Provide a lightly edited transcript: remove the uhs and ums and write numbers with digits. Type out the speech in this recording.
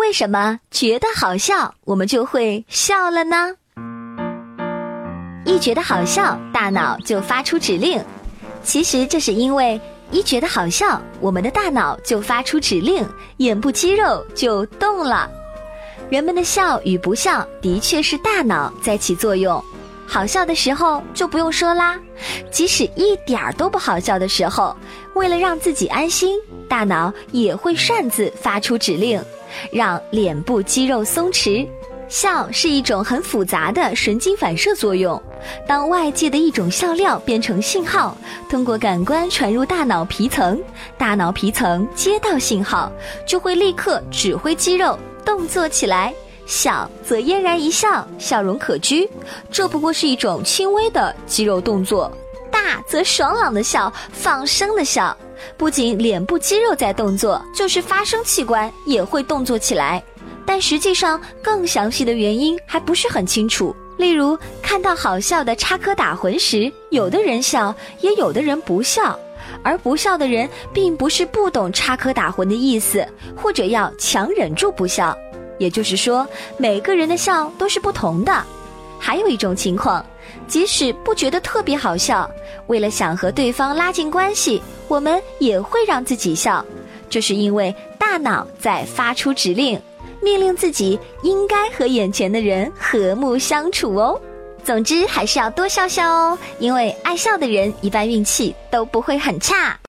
为什么觉得好笑我们就会笑了呢？一觉得好笑，大脑就发出指令。其实这是因为一觉得好笑，我们的大脑就发出指令，眼部肌肉就动了。人们的笑与不笑的确是大脑在起作用。好笑的时候就不用说啦，即使一点儿都不好笑的时候，为了让自己安心，大脑也会擅自发出指令，让脸部肌肉松弛。笑是一种很复杂的神经反射作用，当外界的一种笑料变成信号，通过感官传入大脑皮层，大脑皮层接到信号，就会立刻指挥肌肉动作起来。小则嫣然一笑，笑容可掬，这不过是一种轻微的肌肉动作；大则爽朗的笑，放声的笑，不仅脸部肌肉在动作，就是发声器官也会动作起来。但实际上更详细的原因还不是很清楚。例如看到好笑的插科打诨时，有的人笑，也有的人不笑，而不笑的人并不是不懂插科打诨的意思，或者要强忍住不笑。也就是说，每个人的笑都是不同的。还有一种情况，即使不觉得特别好笑，为了想和对方拉近关系，我们也会让自己笑。这是因为大脑在发出指令，命令自己应该和眼前的人和睦相处哦。总之还是要多笑笑哦，因为爱笑的人一般运气都不会很差。